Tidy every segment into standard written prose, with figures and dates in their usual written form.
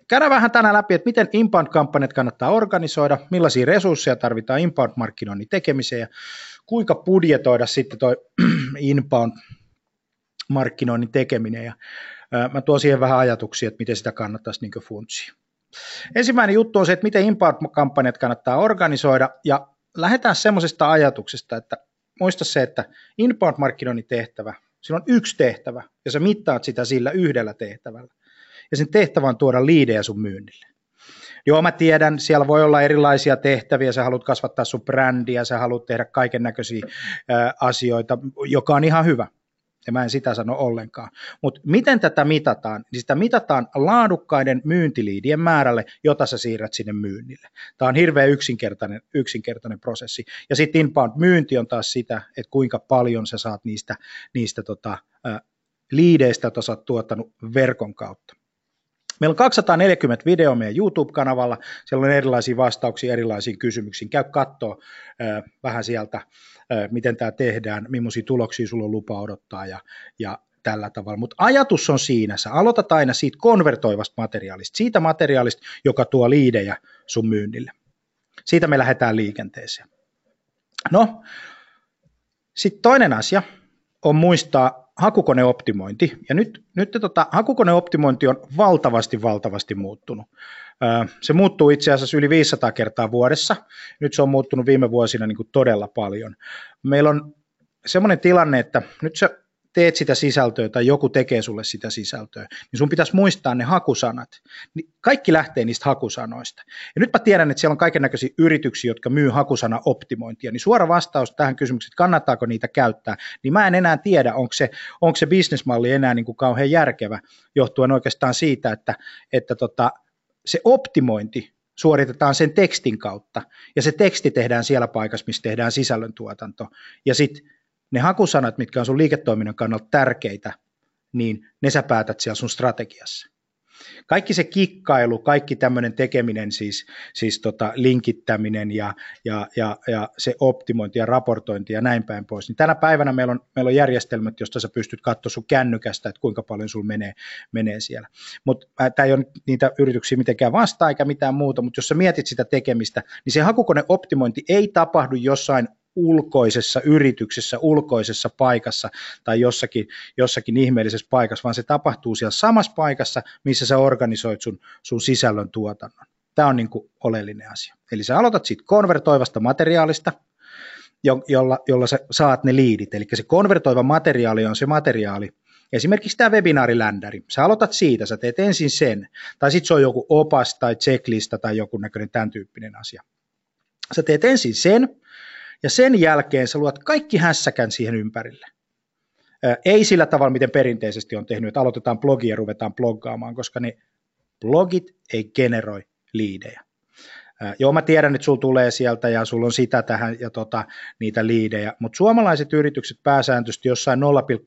käydään vähän tänään läpi, että miten inbound-kampanjat kannattaa organisoida, millaisia resursseja tarvitaan inbound-markkinoinnin tekemiseen ja kuinka budjetoida sitten toi inbound-markkinoinnin tekeminen. Ja mä tuon siihen vähän ajatuksia, että miten sitä kannattaisi niin funtsia. Ensimmäinen juttu on se, että miten inbound-kampanjat kannattaa organisoida, ja lähdetään semmoisesta ajatuksesta, että muista se, että inbound-markkinoinnin tehtävä, sillä on yksi tehtävä, ja sä mittaat sitä sillä yhdellä tehtävällä, ja sen tehtävä on tuoda liidejä sun myynnille. Joo, mä tiedän, siellä voi olla erilaisia tehtäviä, sä haluat kasvattaa sun brändiä, sä haluat tehdä kaiken näköisiä asioita, joka on ihan hyvä. Ja mä en sitä sano ollenkaan. Mutta miten tätä mitataan? Niin sitä mitataan laadukkaiden myyntiliidien määrälle, jota sä siirrät sinne myynnille. Tämä on hirveän yksinkertainen prosessi. Ja sitten inbound-myynti on taas sitä, että kuinka paljon sä saat niistä liideistä, joita sä oot tuottanut verkon kautta. Meillä on 240 videoa meidän YouTube-kanavalla, siellä on erilaisia vastauksia erilaisiin kysymyksiin. Käy kattoo vähän sieltä, miten tämä tehdään, millaisia tuloksia sulla on lupa odottaa ja tällä tavalla. Mutta ajatus on siinä, sä aloitat aina siitä konvertoivasta materiaalista, siitä materiaalista, joka tuo liidejä sun myynnille. Siitä me lähdetään liikenteeseen. No, sitten toinen asia on muistaa hakukoneoptimointi, ja nyt hakukoneoptimointi on valtavasti muuttunut. Se muuttuu itse asiassa yli 500 kertaa vuodessa, nyt se on muuttunut viime vuosina niin kuin todella paljon. Meillä on semmoinen tilanne, että nyt sä teet sitä sisältöä tai joku tekee sulle sitä sisältöä, niin sun pitäisi muistaa ne hakusanat. Kaikki lähtee niistä hakusanoista. Ja nyt mä tiedän, että siellä on kaikennäköisiä yrityksiä, jotka myy hakusana-optimointia, niin suora vastaus tähän kysymykseen, että kannattaako niitä käyttää, niin mä en enää tiedä, onko se bisnesmalli enää niin kuin kauhean järkevä, johtuen oikeastaan siitä, että se optimointi suoritetaan sen tekstin kautta, ja se teksti tehdään siellä paikassa, missä tehdään sisällöntuotanto, ja sitten ne hakusanat, mitkä on sun liiketoiminnan kannalta tärkeitä, niin ne sä päätät siellä sun strategiassa. Kaikki se kikkailu, kaikki tämmöinen tekeminen, siis linkittäminen ja se optimointi ja raportointi ja näin päin pois, niin tänä päivänä meillä on järjestelmät, josta sä pystyt katsoa sun kännykästä, että kuinka paljon sulla menee siellä. Mutta tämä ei ole niitä yrityksiä mitenkään vastaan eikä mitään muuta, mutta jos sä mietit sitä tekemistä, niin se hakukoneoptimointi ei tapahdu jossain ulkoisessa yrityksessä, ulkoisessa paikassa tai jossakin ihmeellisessä paikassa, vaan se tapahtuu siellä samassa paikassa, missä sä organisoit sun sisällön tuotannon. Tämä on niin kuin oleellinen asia. Eli sä aloitat siitä konvertoivasta materiaalista, jolla sä saat ne liidit. Eli se konvertoiva materiaali on se materiaali, esimerkiksi tämä webinaariländäri. Sä aloitat siitä, sä teet ensin sen, tai sitten se on joku opas tai checklista tai joku näköinen tämän tyyppinen asia. Sä teet ensin sen, ja sen jälkeen sä luot kaikki hässäkän siihen ympärille. Ei sillä tavalla, miten perinteisesti on tehnyt, että aloitetaan blogia ja ruvetaan bloggaamaan, koska ne blogit ei generoi liidejä. Joo, mä tiedän, että sulla tulee sieltä ja sulla on sitä tähän ja niitä liidejä, mutta suomalaiset yritykset pääsääntöisesti jossain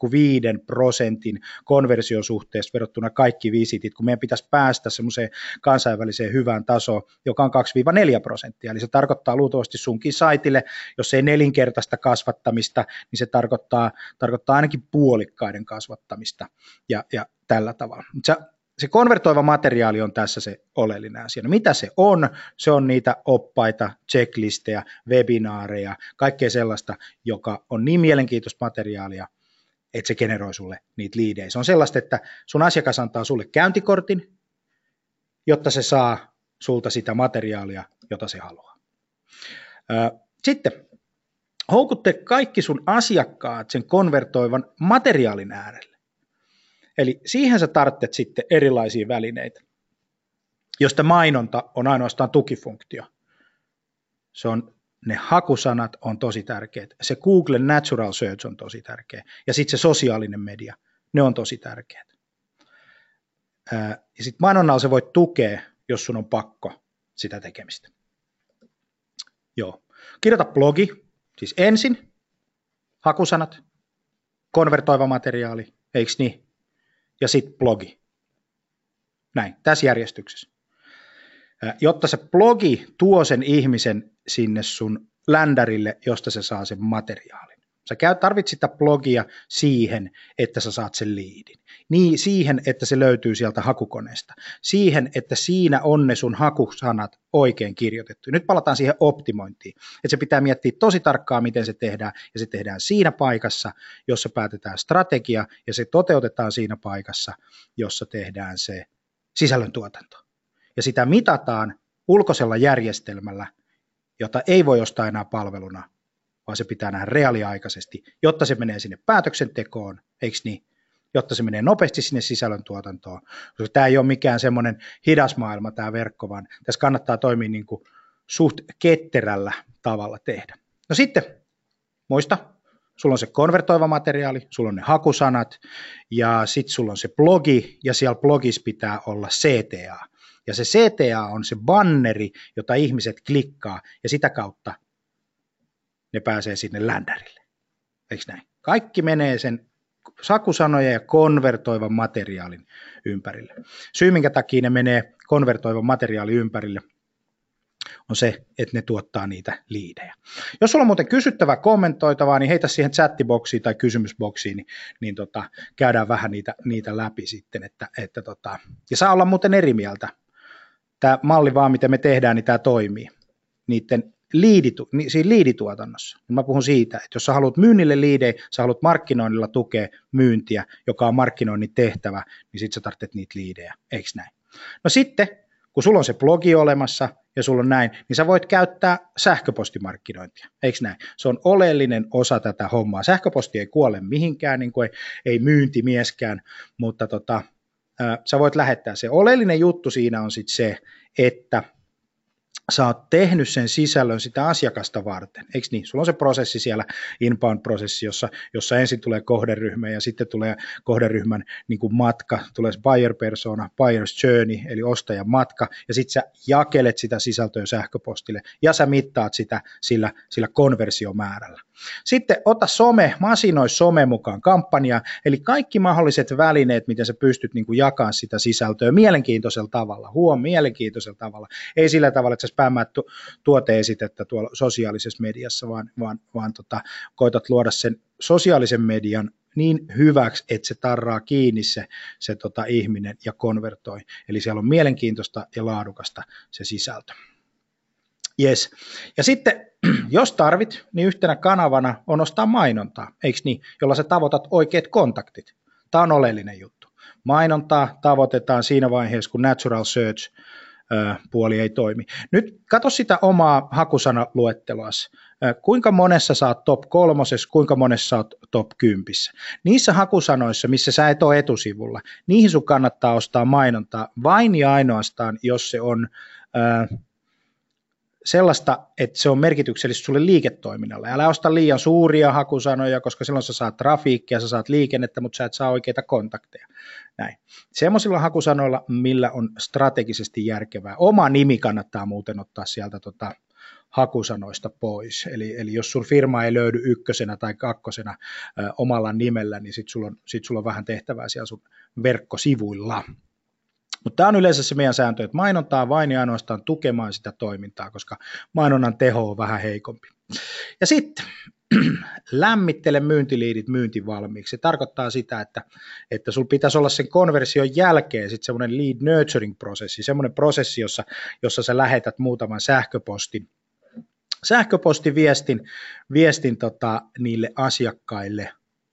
0,5% konversiosuhteesta verrattuna kaikki visitit, kun meidän pitäisi päästä semmoiseen kansainväliseen hyvään tasoon, joka on 2-4%. Eli se tarkoittaa luultavasti sunkin saitille, jos ei nelinkertaista kasvattamista, niin se tarkoittaa ainakin puolikkaiden kasvattamista ja tällä tavalla. Se konvertoiva materiaali on tässä se oleellinen asia. No mitä se on? Se on niitä oppaita, checklistejä, webinaareja, kaikkea sellaista, joka on niin mielenkiintoista materiaalia, että se generoi sulle niitä liidejä. Se on sellaista, että sun asiakas antaa sulle käyntikortin, jotta se saa sulta sitä materiaalia, jota se haluaa. Sitten houkutte kaikki sun asiakkaat sen konvertoivan materiaalin äärelle. Eli siihen sä tarvitset sitten erilaisia välineitä, josta mainonta on ainoastaan tukifunktio. Ne hakusanat on tosi tärkeät, se Google Natural Search on tosi tärkeä ja sitten se sosiaalinen media, ne on tosi tärkeät. Ja sitten mainonnalla se voi tukea, jos sun on pakko sitä tekemistä. Joo. Kirjoita blogi, siis ensin hakusanat, konvertoiva materiaali, eikö niin? Ja sitten blogi. Näin, tässä järjestyksessä. Jotta se blogi tuo sen ihmisen sinne sun ländärille, josta se saa sen materiaalin. Sä tarvit sitä blogia siihen, että sä saat sen liidin. Niin siihen, että se löytyy sieltä hakukoneesta. Siihen, että siinä on ne sun hakusanat oikein kirjoitettu. Nyt palataan siihen optimointiin. Että se pitää miettiä tosi tarkkaan, miten se tehdään. Ja se tehdään siinä paikassa, jossa päätetään strategia. Ja se toteutetaan siinä paikassa, jossa tehdään se sisällöntuotanto. Ja sitä mitataan ulkoisella järjestelmällä, jota ei voi ostaa enää palveluna, vaan se pitää nähdä reaaliaikaisesti, jotta se menee sinne päätöksentekoon, eikö niin? Jotta se menee nopeasti sinne sisällöntuotantoon. Koska tämä ei ole mikään semmoinen hidas maailma, tämä verkko, vaan tässä kannattaa toimia niin kuin suht ketterällä tavalla tehdä. No sitten, muista, sulla on se konvertoiva materiaali, sulla on ne hakusanat, ja sitten sulla on se blogi, ja siellä blogissa pitää olla CTA. Ja se CTA on se banneri, jota ihmiset klikkaa, ja sitä kautta ne pääsee sinne ländärille. Eikö näin? Kaikki menee sen hakusanojen ja konvertoivan materiaalin ympärille. Syy, minkä takia ne menee konvertoivan materiaalin ympärille, on se, että ne tuottaa niitä liidejä. Jos sulla on muuten kysyttävää, kommentoitavaa, niin heitä siihen chattiboksiin tai kysymysboksiin, niin käydään vähän niitä läpi sitten. Ja saa olla muuten eri mieltä. Tämä malli vaan, miten me tehdään, niin tämä toimii. Siinä liidituotannossa. Mä puhun siitä, että jos sä haluat myynnille liidejä, sä haluat markkinoinnilla tukea myyntiä, joka on markkinoinnin tehtävä, niin sit sä tarvitset niitä liidejä, eikö näin? No sitten, kun sulla on se blogi olemassa ja sulla on näin, niin sä voit käyttää sähköpostimarkkinointia, eikö näin? Se on oleellinen osa tätä hommaa. Sähköposti ei kuole mihinkään, niin kuin ei myyntimieskään, mutta sä voit lähettää. Se oleellinen juttu siinä on sitten se, että sä oot tehnyt sen sisällön sitä asiakasta varten, eikö niin? Sulla on se prosessi siellä, inbound-prosessi, jossa ensin tulee kohderyhmä ja sitten tulee kohderyhmän niin kuin matka, tulee se buyer persona, buyer's journey, eli ostajan matka, ja sitten sä jakelet sitä sisältöä sähköpostille, ja sä mittaat sitä sillä konversiomäärällä. Sitten ota masinoi some mukaan kampanjaa, eli kaikki mahdolliset välineet, miten sä pystyt niin kuin jakamaan sitä sisältöä mielenkiintoisella tavalla, mielenkiintoisella tavalla, ei sillä tavalla, että sä spämmäät tuoteesitettä tuolla sosiaalisessa mediassa, vaan koitat luoda sen sosiaalisen median niin hyväksi, että se tarraa kiinni se ihminen ja konvertoi. Eli siellä on mielenkiintoista ja laadukasta se sisältö. Yes. Ja sitten, jos tarvit, niin yhtenä kanavana on ostaa mainontaa, eikö niin, jolla sä tavoitat oikeat kontaktit. Tämä on oleellinen juttu. Mainontaa tavoitetaan siinä vaiheessa, kun natural search puoli ei toimi. Nyt katso sitä omaa hakusanaluetteloasi. Kuinka monessa sä oot top 3, kuinka monessa sä oot top 10. Niissä hakusanoissa, missä sä et ole etusivulla, niihin sun kannattaa ostaa mainontaa vain ja ainoastaan, jos se on sellaista, että se on merkityksellistä sulle liiketoiminnalle. Älä osta liian suuria hakusanoja, koska silloin sä saat trafiikkia, sä saat liikennettä, mutta sä et saa oikeita kontakteja. Näin. Semmoisilla hakusanoilla, millä on strategisesti järkevää. Oma nimi kannattaa muuten ottaa sieltä hakusanoista pois. Eli jos sun firma ei löydy 1. tai 2. omalla nimellä, niin sit sulla on vähän tehtävää siellä sun verkkosivuilla. Mutta tämä on yleensä se meidän sääntö, että mainontaa vain ja ainoastaan tukemaan sitä toimintaa, koska mainonnan teho on vähän heikompi. Ja sitten lämmittele myyntiliidit myyntivalmiiksi. Se tarkoittaa sitä, että sulla pitäisi olla sen konversion jälkeen sitten semmoinen lead nurturing prosessi, semmoinen prosessi, jossa sä lähetät muutaman sähköpostiviestin niille asiakkaille,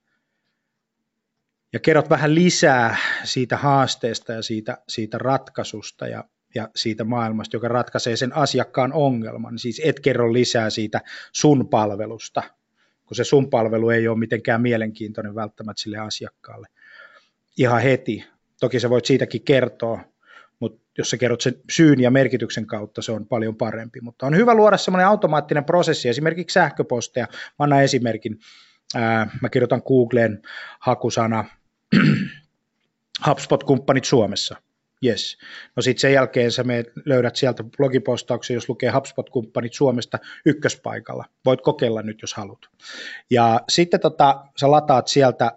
ja kerrot vähän lisää siitä haasteesta ja siitä ratkaisusta ja siitä maailmasta, joka ratkaisee sen asiakkaan ongelman. Siis et kerro lisää siitä sun palvelusta, kun se sun palvelu ei ole mitenkään mielenkiintoinen välttämättä sille asiakkaalle ihan heti. Toki sä voit siitäkin kertoa, mutta jos sä kerrot sen syyn ja merkityksen kautta, se on paljon parempi. Mutta on hyvä luoda semmoinen automaattinen prosessi, esimerkiksi sähköposteja. Mä annan esimerkin. Mä kirjoitan Googleen hakusana HubSpot-kumppanit Suomessa. Yes. No sitten sen jälkeen sä löydät sieltä blogipostauksen, jos lukee HubSpot-kumppanit Suomesta ykköspaikalla. Voit kokeilla nyt, jos haluat. Ja sitten sä lataat sieltä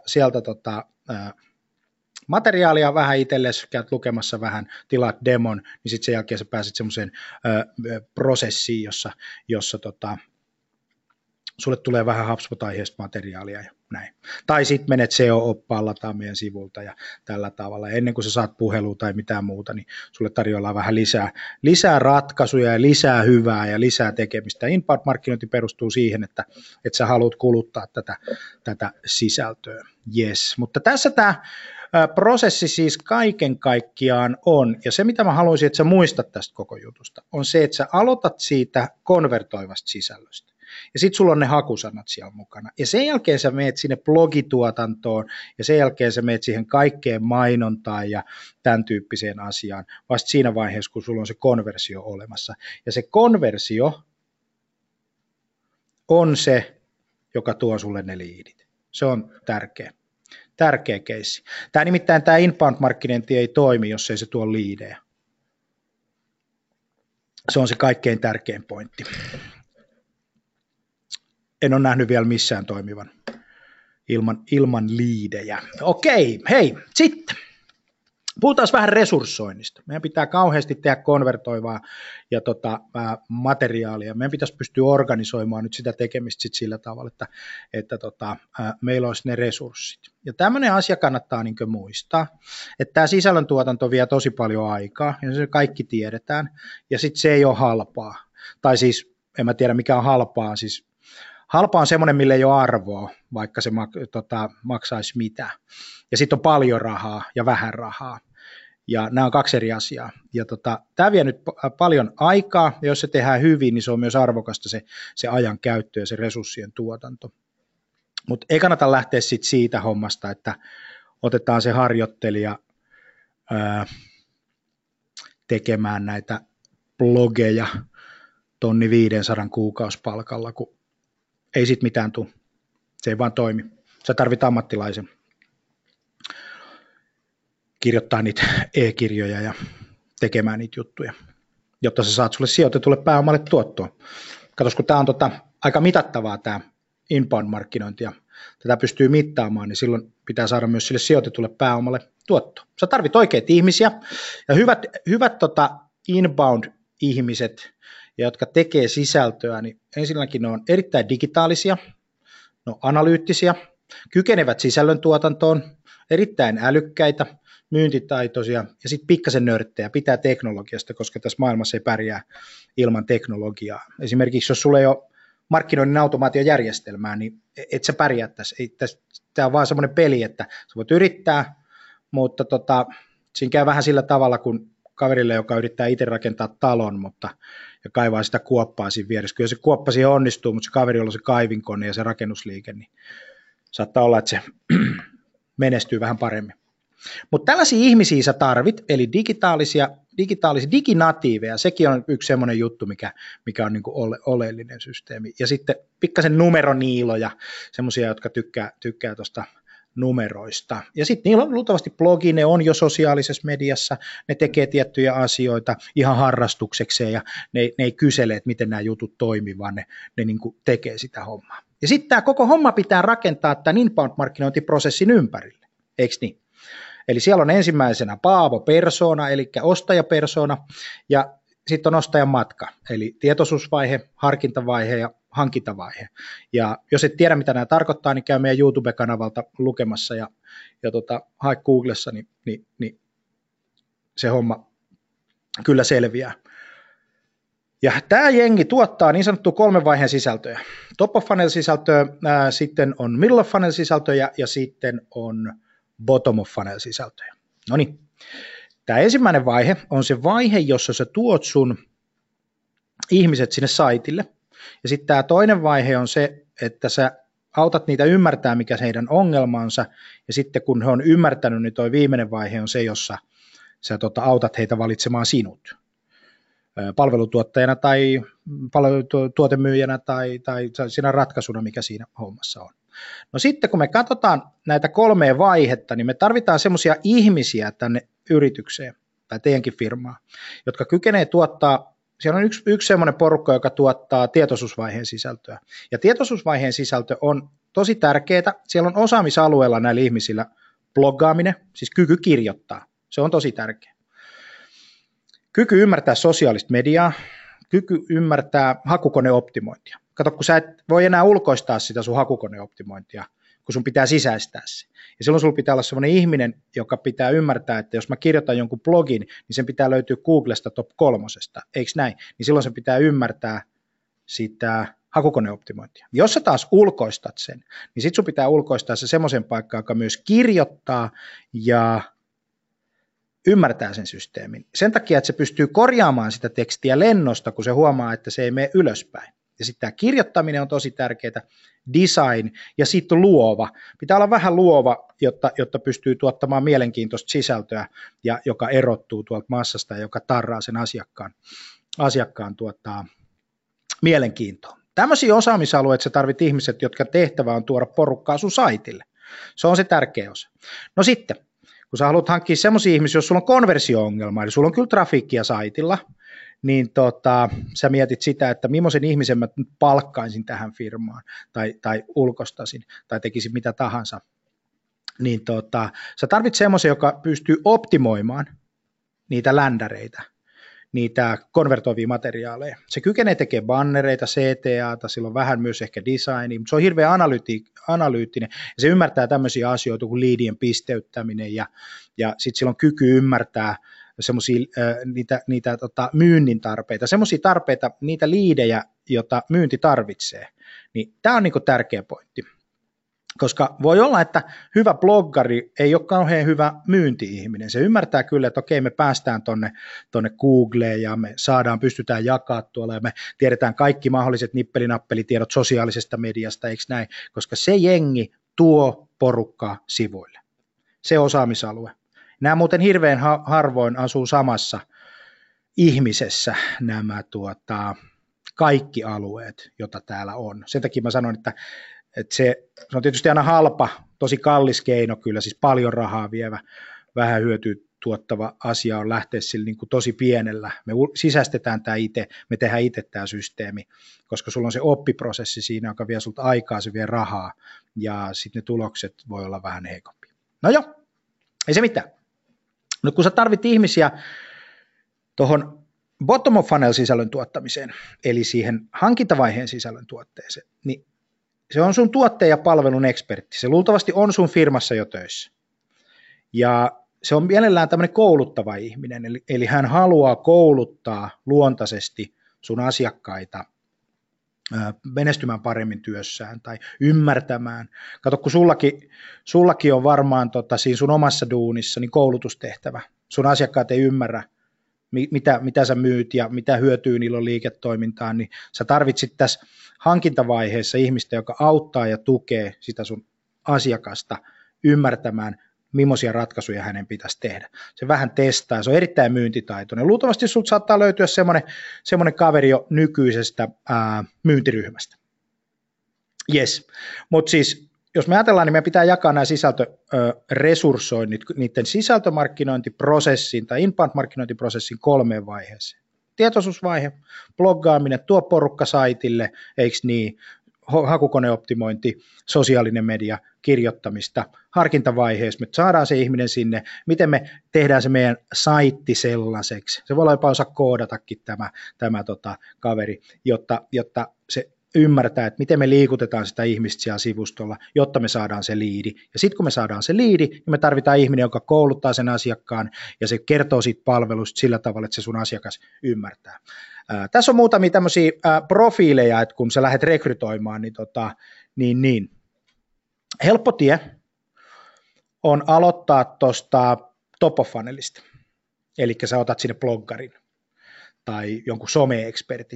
materiaalia vähän itsellesi, käyt lukemassa vähän, tilaat demon, niin sitten sen jälkeen sä pääset semmoiseen prosessiin, jossa sulle tulee vähän HubSpot-aiheista materiaalia ja näin. Tai sitten menet SEO-oppaan lataa meidän sivulta ja tällä tavalla. Ja ennen kuin sä saat puhelua tai mitään muuta, niin sulle tarjoillaan vähän lisää ratkaisuja ja lisää hyvää ja lisää tekemistä. Inbound-markkinointi perustuu siihen, että sä haluat kuluttaa tätä sisältöä. Yes. Mutta tässä tämä prosessi siis kaiken kaikkiaan on, ja se mitä mä haluaisin, että sä muistat tästä koko jutusta, on se, että sä aloitat siitä konvertoivasta sisällöstä. Ja sitten sulla on ne hakusanat siellä mukana. Ja sen jälkeen sä meet sinne blogituotantoon, ja sen jälkeen sä meet siihen kaikkeen mainontaan ja tämän tyyppiseen asiaan, vasta siinä vaiheessa, kun sulla on se konversio olemassa. Ja se konversio on se, joka tuo sulle ne liidit. Se on tärkeä keissi. Tämä inbound-markkinointi ei toimi, jos ei se tuo liidejä. Se on se kaikkein tärkein pointti. En ole nähnyt vielä missään toimivan ilman liidejä. Okei, hei, sitten. Puhutaan vähän resurssoinnista. Meidän pitää kauheasti tehdä konvertoivaa ja materiaalia. Meidän pitäisi pystyä organisoimaan nyt sitä tekemistä sit sillä tavalla, että meillä olisi ne resurssit. Ja tämmöinen asia kannattaa niin muistaa, että tämä sisällöntuotanto vie tosi paljon aikaa, ja se kaikki tiedetään, ja sitten se ei ole halpaa. Tai siis, en mä tiedä mikä on halpaa, siis halpa on semmoinen, millä ei ole arvoa, vaikka se maksaisi mitä. Ja sitten on paljon rahaa ja vähän rahaa. Ja nämä on kaksi eri asiaa. Ja tämä vie nyt paljon aikaa, ja jos se tehdään hyvin, niin se on myös arvokasta se ajan käyttö ja se resurssien tuotanto. Mutta ei kannata lähteä siitä hommasta, että otetaan se harjoittelija tekemään näitä blogeja 1 500 kuukausipalkalla, kun ei sit mitään tule. Se ei vaan toimi. Sä tarvit ammattilaisen kirjoittaa niitä e-kirjoja ja tekemään niitä juttuja, jotta sä saat sulle sijoitetulle pääomalle tuottoa. Katos, kun tämä on aika mitattavaa tämä inbound-markkinointi ja tätä pystyy mittaamaan, niin silloin pitää saada myös sille sijoitetulle pääomalle tuottoa. Sä tarvit oikeita ihmisiä ja hyvät inbound-ihmiset, jotka tekee sisältöä, niin ensinnäkin ne on erittäin digitaalisia, ne on analyyttisiä, kykenevät sisällöntuotantoon, erittäin älykkäitä, myyntitaitoisia ja sitten pikkasen nörttejä, pitää teknologiasta, koska tässä maailmassa ei pärjää ilman teknologiaa. Esimerkiksi jos sulla ei ole markkinoinnin automaatiojärjestelmää, niin et sä pärjää tässä. Tämä on vaan semmoinen peli, että sä voit yrittää, mutta siinä käy vähän sillä tavalla kuin kaverille, joka yrittää itse rakentaa talon, ja kaivaa sitä kuoppaa siinä vieressä. Kyllä se kuoppa siihen onnistuu, mutta se kaveri, jolla on se kaivinkone ja se rakennusliike, niin saattaa olla, että se menestyy vähän paremmin. Mutta tällaisia ihmisiä sä tarvit, eli diginatiiveja, sekin on yksi semmoinen juttu, mikä on niinku oleellinen systeemi. Ja sitten pikkasen numeroniiloja, semmoisia, jotka tykkää tuosta numeroista. Ja sitten niillä on luultavasti blogi, ne on jo sosiaalisessa mediassa, ne tekee tiettyjä asioita ihan harrastuksekseen, ja ne ei kysele, että miten nämä jutut toimii, vaan ne niinku tekee sitä hommaa. Ja sitten tämä koko homma pitää rakentaa tämän inbound-markkinointiprosessin ympärille, eikö niin? Eli siellä on ensimmäisenä Paavo-persona, eli ostajapersona, ja sitten on ostajan matka, eli tietoisuusvaihe, harkintavaihe ja hankintavaihe. Ja jos et tiedä, mitä nämä tarkoittaa, niin käy meidän YouTube-kanavalta lukemassa ja hae Googlessa, niin se homma kyllä selviää. Ja tämä jengi tuottaa niin sanottua 3 vaiheen sisältöjä. Top of funnel sisältöä, sitten on middle of funnel sisältöjä ja sitten on bottom of funnel sisältöjä. No niin, tämä ensimmäinen vaihe on se vaihe, jossa sä tuot sun ihmiset sinne saitille. Ja sitten tämä toinen vaihe on se, että sä autat niitä ymmärtää, mikä heidän ongelmansa. Ja sitten kun he on ymmärtänyt, niin toi viimeinen vaihe on se, jossa sä autat heitä valitsemaan sinut palvelutuottajana tai tuotemyyjänä tai siinä ratkaisuna, mikä siinä hommassa on. No sitten kun me katsotaan näitä 3 vaihetta, niin me tarvitaan semmoisia ihmisiä tänne yritykseen tai teidänkin firmaan, jotka kykenee tuottaa, siellä on yksi semmoinen porukka, joka tuottaa tietoisuusvaiheen sisältöä. Ja tietoisuusvaiheen sisältö on tosi tärkeää, siellä on osaamisalueella näillä ihmisillä bloggaaminen, siis kyky kirjoittaa, se on tosi tärkeä. Kyky ymmärtää sosiaalista mediaa, kyky ymmärtää hakukoneoptimointia. Kato, kun sä et voi enää ulkoistaa sitä sun hakukoneoptimointia, kun sun pitää sisäistää se. Ja silloin sulla pitää olla sellainen ihminen, joka pitää ymmärtää, että jos mä kirjoitan jonkun blogin, niin sen pitää löytyä Googlesta top 3, eikö näin? Niin silloin se pitää ymmärtää sitä hakukoneoptimointia. Jos sä taas ulkoistat sen, niin sit sun pitää ulkoistaa se semmoisen paikkaan, joka myös kirjoittaa ja ymmärtää sen systeemin. Sen takia, että se pystyy korjaamaan sitä tekstiä lennosta, kun se huomaa, että se ei mene ylöspäin. Ja sitten tämä kirjoittaminen on tosi tärkeää, design ja sitten luova. Pitää olla vähän luova, jotta pystyy tuottamaan mielenkiintoista sisältöä, ja joka erottuu tuolta massasta ja joka tarraa sen asiakkaan mielenkiintoa. Tämmöisiä osaamisalueita sä tarvit ihmiset, jotka tehtävä on tuoda porukkaa sun saitille. Se on se tärkeä osa. No sitten, kun sä haluat hankkia semmoisia ihmisiä, jos sulla on konversio-ongelma, eli sulla on kyllä trafiikkia saitilla, niin sä mietit sitä, että millaisen ihmisen mä palkkaisin tähän firmaan, tai ulkostasin, tai tekisin mitä tahansa, niin sä tarvit semmoisen, joka pystyy optimoimaan niitä ländäreitä, niitä konvertoivia materiaaleja. Se kykenee tekemään bannereita, CTAta, sillä on vähän myös ehkä designia, mutta se on hirveän analyyttinen, ja se ymmärtää tämmöisiä asioita kuin liidien pisteyttäminen, ja sitten sillä on kyky ymmärtää semmoisia niitä myynnin tarpeita, semmoisia tarpeita, niitä liidejä, joita myynti tarvitsee. Niin tämä on niinku tärkeä pointti. Koska voi olla, että hyvä bloggari ei ole kauhean hyvä myynti-ihminen. Se ymmärtää kyllä, että okei, me päästään tonne Googleen ja me pystytään jakaa tuolla ja me tiedetään kaikki mahdolliset nippelinappelitiedot sosiaalisesta mediasta, eikö näin? Koska se jengi tuo porukkaa sivuille. Se osaamisalue. Nämä muuten hirveän harvoin asuu samassa ihmisessä nämä kaikki alueet, joita täällä on. Sen takia mä sanon, että se on tietysti aina halpa, tosi kallis keino kyllä, siis paljon rahaa vievä, vähän hyötyä tuottava asia on lähteä sillä niin kuin tosi pienellä. Me sisäistetään tämä itse, me tehdään itse tämä systeemi, koska sulla on se oppiprosessi siinä, joka vie sulta aikaa, se vie rahaa, ja sitten ne tulokset voi olla vähän heikompia. No joo, ei se mitään. No kun sä tarvit ihmisiä tuohon bottom of funnel sisällön tuottamiseen, eli siihen hankintavaiheen sisällön tuotteeseen, niin se on sun tuotteen ja palvelun ekspertti. Se luultavasti on sun firmassa jo töissä. Ja se on mielellään tämmöinen kouluttava ihminen, eli hän haluaa kouluttaa luontaisesti sun asiakkaita menestymään paremmin työssään tai ymmärtämään. Kato, kun sullakin on varmaan siinä sun omassa duunissa niin koulutustehtävä. Sun asiakkaat ei ymmärrä, mitä sä myyt ja mitä hyötyä niillä on liiketoimintaan, niin sä tarvitsit tässä hankintavaiheessa ihmistä, joka auttaa ja tukee sitä sun asiakasta ymmärtämään, millaisia ratkaisuja hänen pitäisi tehdä. Se vähän testaa, se on erittäin myyntitaitoinen. Luultavasti sulta saattaa löytyä semmoinen kaveri jo nykyisestä myyntiryhmästä. Yes, mutta siis jos me ajatellaan, niin meidän pitää jakaa nämä sisältöresurssoinnit, niiden sisältömarkkinointiprosessin tai inbound-markkinointiprosessin 3 vaiheeseen. Tietoisuusvaihe, bloggaaminen, tuo porukka saitille, eikö niin, hakukoneoptimointi, sosiaalinen media, kirjoittamista, harkintavaiheessa, me saadaan se ihminen sinne, miten me tehdään se meidän saitti sellaiseksi, se voi olla jopa osa koodatakin tämä kaveri, jotta se ymmärtää, että miten me liikutetaan sitä ihmistä siellä sivustolla, jotta me saadaan se liidi. Ja sitten kun me saadaan se liidi, niin me tarvitaan ihminen, joka kouluttaa sen asiakkaan, ja se kertoo siitä palvelusta sillä tavalla, että se sun asiakas ymmärtää. Tässä on muutamia tämmöisiä profiileja, että kun sä lähdet rekrytoimaan, niin helppo tie on aloittaa tuosta top of funnelista. Eli sä otat sinne bloggarin tai jonkun some-ekspertin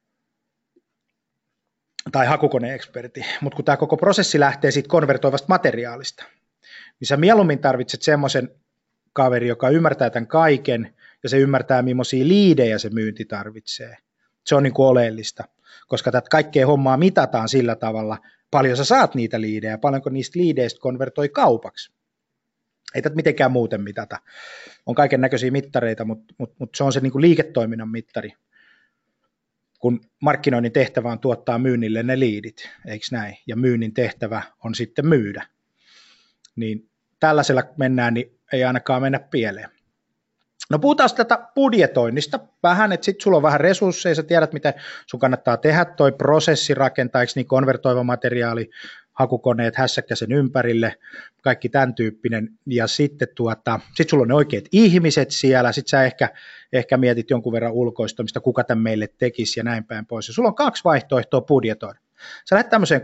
tai hakukoneeksperti, mutta kun tämä koko prosessi lähtee siitä konvertoivasta materiaalista, niin sä mieluummin tarvitset semmoisen kaveri, joka ymmärtää tämän kaiken, ja se ymmärtää, millaisia liidejä se myynti tarvitsee. Se on niin kuin oleellista, koska tätä kaikkea hommaa mitataan sillä tavalla, paljon sä saat niitä liidejä, paljonko niistä liideistä konvertoi kaupaksi. Ei tätä mitenkään muuten mitata. On kaiken näköisiä mittareita, mutta se on se niin kuin liiketoiminnan mittari. Kun markkinoinnin tehtävä on tuottaa myynnille ne liidit, eikö näin? Ja myynnin tehtävä on sitten myydä. Niin tällaisella mennään, niin ei ainakaan mennä pieleen. No puhutaan tätä budjetoinnista vähän, että sitten sulla on vähän resursseja, sä tiedät, miten sun kannattaa tehdä toi prosessi rakentaa, eikö niin konvertoiva materiaali, hakukoneet, hässäkkä sen ympärille, kaikki tämän tyyppinen, ja sitten sit sulla on ne oikeat ihmiset siellä, sit sä ehkä mietit jonkun verran ulkoistamista, kuka tämän meille tekisi ja näin päin pois, ja sulla on 2 vaihtoehtoa budjetoida. Sä lähdet tämmöiseen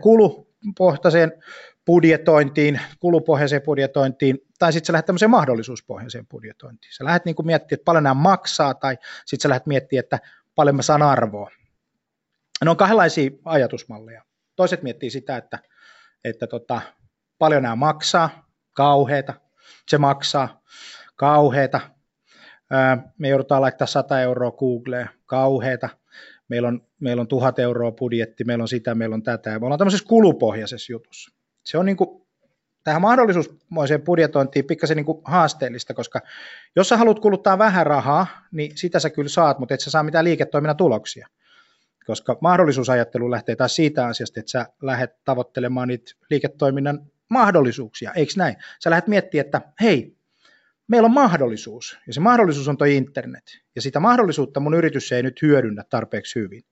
kulupohjaiseen budjetointiin, tai sitten sä lähdet tämmöiseen mahdollisuuspohjaiseen budjetointiin. Sä lähdet niin kuin miettimään, että paljon nämä maksaa, tai sitten sä lähdet miettimään, että paljon mä saan arvoa. Ne on kahdenlaisia ajatusmalleja. Toiset miettii sitä, että paljon nämä maksaa, kauheeta, se maksaa, kauheeta. Me joudutaan laittaa 100 euroa Googleen, kauheeta. Meillä on 1000 euroa budjetti, meillä on sitä, meillä on tätä, ja me ollaan tämmöisessä kulupohjaisessa jutussa. Se on niin kuin, tähän mahdollisuusmoiseen budjetointiin pikkasen niin kuin haasteellista, koska jos sä haluat kuluttaa vähän rahaa, niin sitä sä kyllä saat, mutta et sä saa mitään liiketoiminnan tuloksia. Koska mahdollisuusajattelu lähtee taas siitä asiasta, että sä lähdet tavoittelemaan niitä liiketoiminnan mahdollisuuksia, eikö näin? Sä lähdet miettimään, että hei, meillä on mahdollisuus, ja se mahdollisuus on toi internet, ja sitä mahdollisuutta mun yritys ei nyt hyödynnä tarpeeksi hyvin.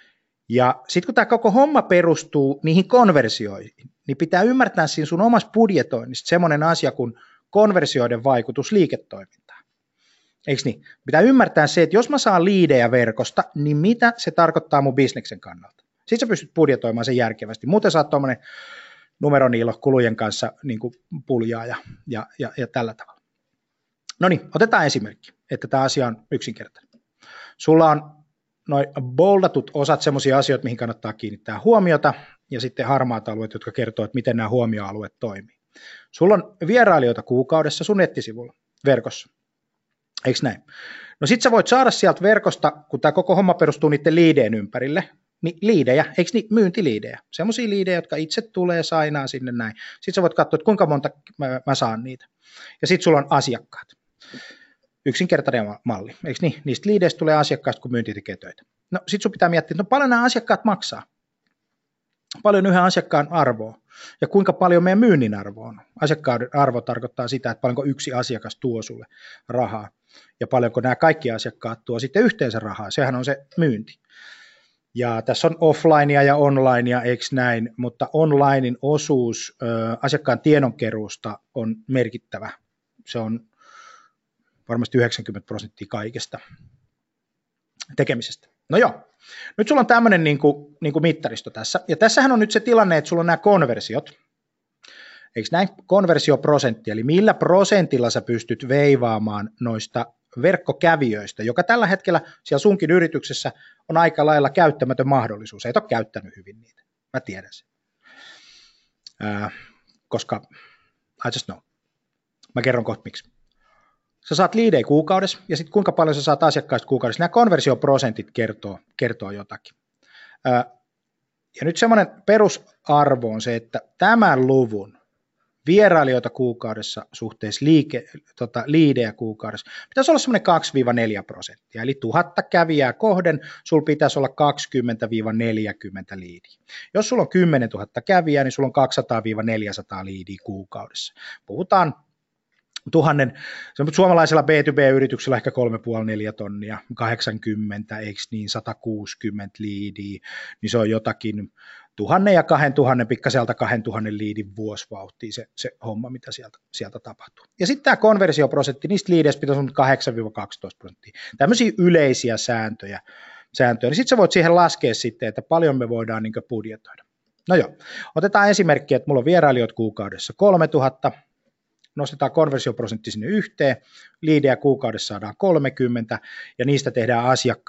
Ja sitten kun tämä koko homma perustuu niihin konversioihin, niin pitää ymmärtää siinä sun omassa budjetoinnissa semmoinen asia kuin konversioiden vaikutus liiketoimintaan. Eikö niin? Pitää ymmärtää se, että jos mä saan liidejä verkosta, niin mitä se tarkoittaa mun bisneksen kannalta. Sitten sä pystyt budjetoimaan sen järkevästi. Muuten sä oot tuommoinen numeroniilo kulujen kanssa niin kuin puljaa ja tällä tavalla. No niin, otetaan esimerkki, että tämä asia on yksinkertainen. Sulla on noin boldatut osat semmoisia asioita, mihin kannattaa kiinnittää huomiota, ja sitten harmaat alueet, jotka kertoo, että miten nämä huomioalueet toimii. Sulla on vierailijoita kuukaudessa sun nettisivulla, verkossa. Eikö näin? No sit sä voit saada sieltä verkosta, kun tämä koko homma perustuu niiden liideen ympärille, niin liidejä, eikö niin, myyntiliidejä, semmoisia liidejä, jotka itse tulee sainaa sinne näin. Sitten sä voit katsoa, että kuinka monta mä saan niitä. Ja sitten sulla on asiakkaat. Yksinkertainen malli, eikö niin? Niistä liideistä tulee asiakkaista, kun myynti tekee töitä. No sit sun pitää miettiä, että no paljon nämä asiakkaat maksaa. Paljon yhden asiakkaan arvoa ja kuinka paljon meidän myynnin arvo on. Asiakkaan arvo tarkoittaa sitä, että paljonko yksi asiakas tuo sulle rahaa ja paljonko nämä kaikki asiakkaat tuo sitten yhteensä rahaa. Sehän on se myynti. Ja tässä on offlinea ja onlinea, eikö näin, mutta onlinein osuus asiakkaan tiedonkeruusta on merkittävä. Se on varmasti 90% kaikesta tekemisestä. No joo, nyt sulla on tämmöinen niin kuin mittaristo tässä, ja tässähän on nyt se tilanne, että sulla on nämä konversiot, eikö näin, konversioprosentti, eli millä prosentilla sä pystyt veivaamaan noista verkkokävijöistä, joka tällä hetkellä siellä sunkin yrityksessä on aika lailla käyttämätön mahdollisuus, et ole käyttänyt hyvin niitä, mä tiedän sen, koska I just know, mä kerron kohta miksi. Sä saat liidejä kuukaudessa, ja sitten kuinka paljon sä saat asiakkaista kuukaudessa. Nämä konversioprosentit kertoo jotakin. Ja nyt semmoinen perusarvo on se, että tämän luvun vierailijoita kuukaudessa suhteessa liidejä kuukaudessa pitäisi olla semmoinen 2-4%. Eli 1000 kävijää kohden, sulla pitäisi olla 20-40 liidiä. Jos sulla on 10 000 kävijää, niin sulla on 200-400 liidiä kuukaudessa. Puhutaan 1000, suomalaisella B2B-yrityksellä ehkä 3,5-4 tonnia, 80, eikö niin, 160 liidiä, niin se on jotakin 1000 ja 2000, pikkaselta 2000 liidin vuosivauhtia se homma, mitä sieltä tapahtuu. Ja sitten tämä konversioprosentti, niistä liideistä pitäisi olla 8-12%. Tämmöisiä yleisiä sääntöjä. Niin sitten sä voit siihen laskea sitten, että paljon me voidaan niin budjetoida. No joo, otetaan esimerkki, että mulla on vierailijoita kuukaudessa 3000, nostetaan konversioprosentti sinne yhteen, liidejä kuukaudessa saadaan 30, ja niistä tehdään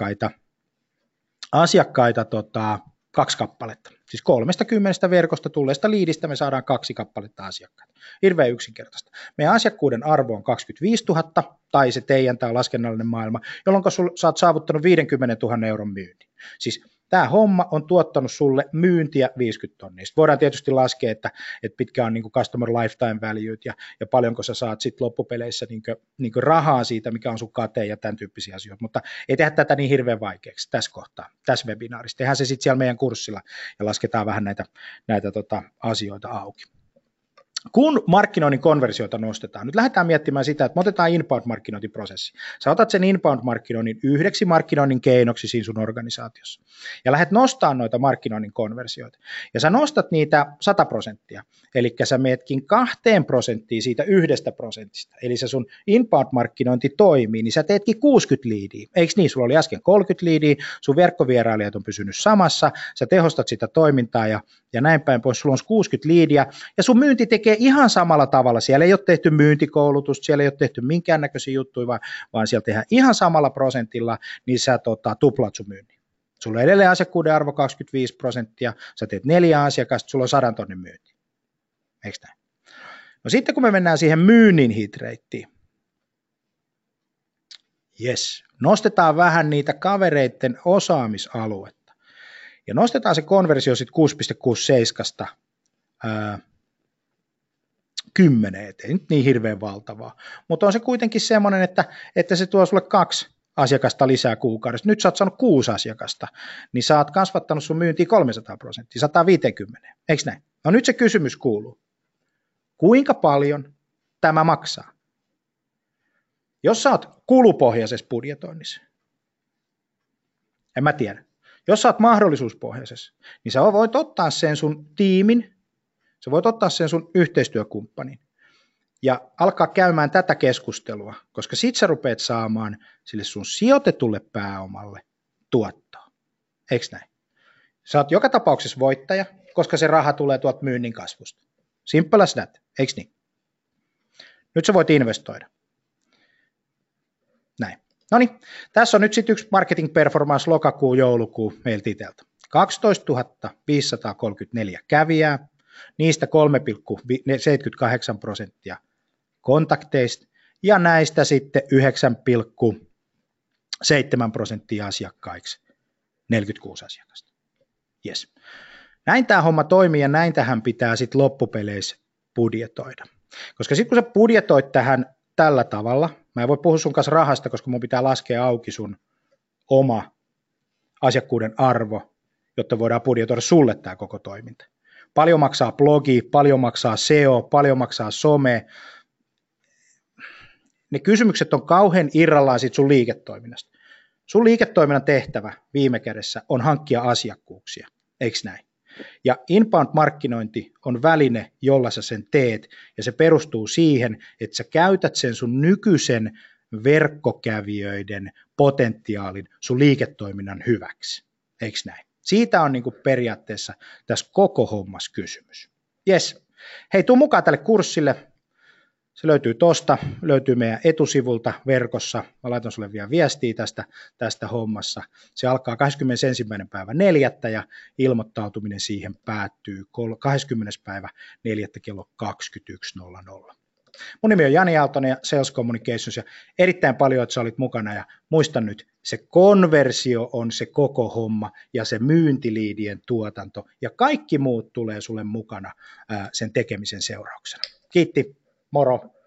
asiakkaita 2 kappaletta. Siis 30 verkosta tulleesta liidistä me saadaan 2 kappaletta asiakkaita. Hirveän yksinkertaista. Meidän asiakkuuden arvo on 25 000, tai se teidän tämä laskennallinen maailma, jolloin sä oot saavuttanut 50 000 euron myynnin. Siis tämä homma on tuottanut sulle myyntiä 50 tonnia. Sitten voidaan tietysti laskea, että pitkä on niin kuin customer lifetime valuet ja paljonko sä saat sit loppupeleissä niin kuin rahaa siitä, mikä on sun kate ja tämän tyyppisiä asioita. Mutta ei tehdä tätä niin hirveän vaikeaksi tässä kohtaa, tässä webinaarissa. Tehdään se sitten siellä meidän kurssilla ja lasketaan vähän näitä asioita auki. kun markkinoinnin konversioita nostetaan, nyt lähdetään miettimään sitä, että me otetaan inbound-markkinointiprosessi. Sä otat sen inbound-markkinoinnin yhdeksi markkinoinnin keinoksi siinä sun organisaatiossa ja lähdet nostamaan noita markkinoinnin konversioita. Ja sä nostat niitä 100%, eli sä meetkin 2% siitä 1%. Eli se sun inbound-markkinointi toimii, niin sä teetkin 60 liidiä. Eikö niin? Sulla oli äsken 30 liidiä, sun verkkovierailijat on pysynyt samassa, sä tehostat sitä toimintaa ja näin päin pois, sulla on 60 liidiä ja sun myynti tekee ihan samalla tavalla. Siellä ei ole tehty myyntikoulutusta, siellä ei ole tehty minkäännäköisiä juttuja, vaan siellä tehdään ihan samalla prosentilla, niin sä tuplaat sun myynnin. Sulla on edelleen asiakkuuden arvo 25%, sä teet 4 asiakasta, sulla on 100 000 myynti. Eikö näin? No sitten kun me mennään siihen myynnin hitreittiin, yes, nostetaan vähän niitä kavereiden osaamisaluetta ja nostetaan se konversio sitten 6,67 10, ei nyt niin hirveän valtavaa, mutta on se kuitenkin semmoinen, että se tuo sulle 2 asiakasta lisää kuukaudessa. Nyt sä oot saanut 6 asiakasta, niin sä oot kasvattanut sun myyntiä 300%, 150, eikö näin? No nyt se kysymys kuuluu, kuinka paljon tämä maksaa? Jos sä oot kulupohjaisessa budjetoinnissa, en mä tiedä, jos sä oot mahdollisuuspohjaisessa, niin sä voit ottaa sen sun tiimin, sä voit ottaa sen sun yhteistyökumppanin ja alkaa käymään tätä keskustelua, koska sit sä rupeat saamaan sille sun sijoitetulle pääomalle tuottoa. Eikö näin? Sä oot joka tapauksessa voittaja, koska se raha tulee tuolta myynnin kasvusta. Simple as that, eikö niin? Nyt sä voit investoida. Näin. No niin, tässä on nyt sitten yksi marketing performance lokakuu-joulukuu meiltä itseltä. 12 534 kävijää, niistä 3,78% kontakteista ja näistä sitten 9,7% asiakkaiksi, 46 asiakasta. Yes. Näin tämä homma toimii ja näin tähän pitää sitten loppupeleissä budjetoida. Koska sitten kun sä budjetoit tähän tällä tavalla, mä en voi puhua sun kanssa rahasta, koska mun pitää laskea auki sun oma asiakkuuden arvo, jotta voidaan budjetoida sulle tämä koko toiminta. Paljon maksaa blogi, paljon maksaa SEO, paljon maksaa some. Ne kysymykset on kauhean irrallaan siitä sun liiketoiminnasta. Sun liiketoiminnan tehtävä viime kädessä on hankkia asiakkuuksia, eikö näin? Ja inbound-markkinointi on väline, jolla sä sen teet, ja se perustuu siihen, että sä käytät sen sun nykyisen verkkokävijöiden potentiaalin sun liiketoiminnan hyväksi, eikö näin? Siitä on niin kuin periaatteessa tässä koko hommas kysymys. Jes, hei, tuu mukaan tälle kurssille. Se löytyy tuosta, löytyy meidän etusivulta verkossa. Mä laitan sulle vielä viestiä tästä hommassa. Se alkaa 21.4. ja ilmoittautuminen siihen päättyy 20.4. kello 21.00. Mun nimi on Jani Aaltonen ja Sales Communications ja erittäin paljon, että sä olit mukana ja muista nyt, se konversio on se koko homma ja se myyntiliidien tuotanto ja kaikki muut tulee sulle mukana sen tekemisen seurauksena. Kiitti, moro!